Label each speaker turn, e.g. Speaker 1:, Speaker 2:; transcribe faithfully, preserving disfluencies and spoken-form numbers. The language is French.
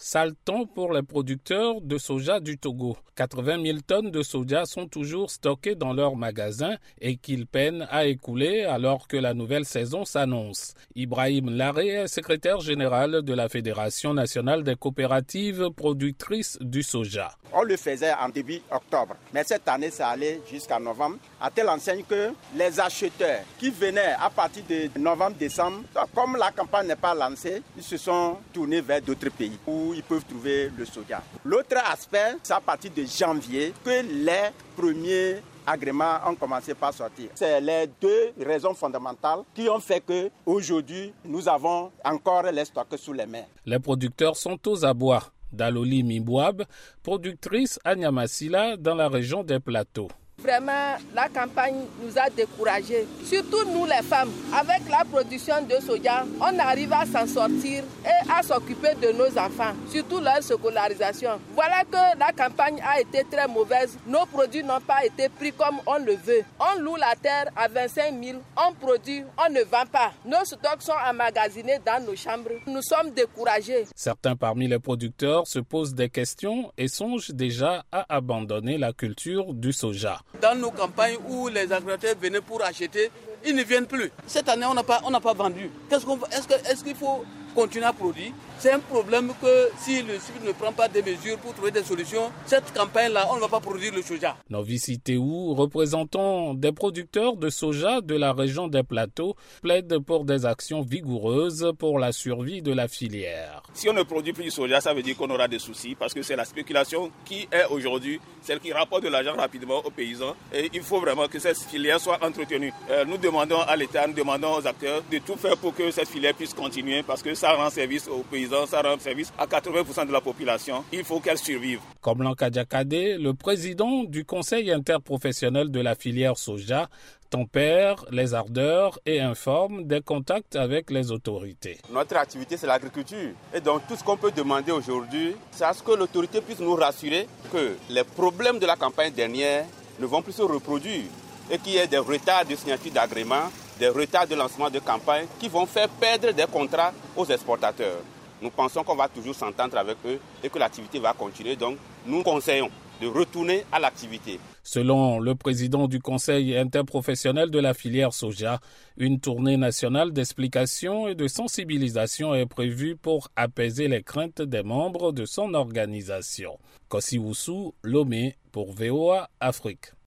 Speaker 1: Sale temps pour les producteurs de soja du Togo. quatre-vingt mille tonnes de soja sont toujours stockées dans leurs magasins et qu'ils peinent à écouler alors que la nouvelle saison s'annonce. Ibrahim Laré est secrétaire général de la Fédération nationale des coopératives productrices du soja.
Speaker 2: On le faisait en début octobre, mais cette année, ça allait jusqu'à novembre, à telle enseigne que les acheteurs qui venaient à partir de novembre-décembre, comme la campagne n'est pas lancée, ils se sont tournés vers d'autres pays où ils peuvent trouver le soja. L'autre aspect, c'est à partir de janvier que les premiers agréments ont commencé par sortir. C'est les deux raisons fondamentales qui ont fait qu'aujourd'hui, nous avons encore les stocks sous les mains.
Speaker 1: Les producteurs sont aux abois. Daloli Mibouab, productrice à Niamassila dans la région des Plateaux.
Speaker 3: Vraiment, la campagne nous a découragés, surtout nous les femmes. Avec la production de soja, on arrive à s'en sortir et à s'occuper de nos enfants, surtout leur scolarisation. Voilà que la campagne a été très mauvaise. Nos produits n'ont pas été pris comme on le veut. On loue la terre à vingt-cinq mille, on produit, on ne vend pas. Nos stocks sont emmagasinés dans nos chambres. Nous sommes découragés.
Speaker 1: Certains parmi les producteurs se posent des questions et songent déjà à abandonner la culture du soja.
Speaker 4: Dans nos campagnes où les agriculteurs venaient pour acheter, ils ne viennent plus. Cette année, on n'a pas, on n'a pas vendu. Qu'est-ce qu'on, est-ce que, est-ce qu'il faut continuer à produire? C'est un problème que si le C I P ne prend pas des mesures pour trouver des solutions, cette campagne-là, on ne va pas produire le soja.
Speaker 1: Novici Théou, représentant des producteurs de soja de la région des Plateaux, plaide pour des actions vigoureuses pour la survie de la filière.
Speaker 5: Si on ne produit plus du soja, ça veut dire qu'on aura des soucis parce que c'est la spéculation qui est aujourd'hui celle qui rapporte de l'argent rapidement aux paysans. Et il faut vraiment que cette filière soit entretenue. Euh, nous demandons à l'État, nous demandons aux acteurs de tout faire pour que cette filière puisse continuer parce que ça rend service aux paysans, ça rend service à quatre-vingts pour cent de la population. Il faut qu'elle survive.
Speaker 1: Comme Lankadjakade, le président du Conseil interprofessionnel de la filière soja, tempère les ardeurs et informe des contacts avec les autorités.
Speaker 6: Notre activité, c'est l'agriculture. Et donc, tout ce qu'on peut demander aujourd'hui, c'est à ce que l'autorité puisse nous rassurer que les problèmes de la campagne dernière ne vont plus se reproduire et qu'il y ait des retards de signature d'agrément, des retards de lancement de campagne qui vont faire perdre des contrats aux exportateurs. Nous pensons qu'on va toujours s'entendre avec eux et que l'activité va continuer. Donc, nous conseillons de retourner à l'activité.
Speaker 1: Selon le président du Conseil interprofessionnel de la filière soja, une tournée nationale d'explication et de sensibilisation est prévue pour apaiser les craintes des membres de son organisation. Kossi Wusu, Lomé, pour V O A Afrique.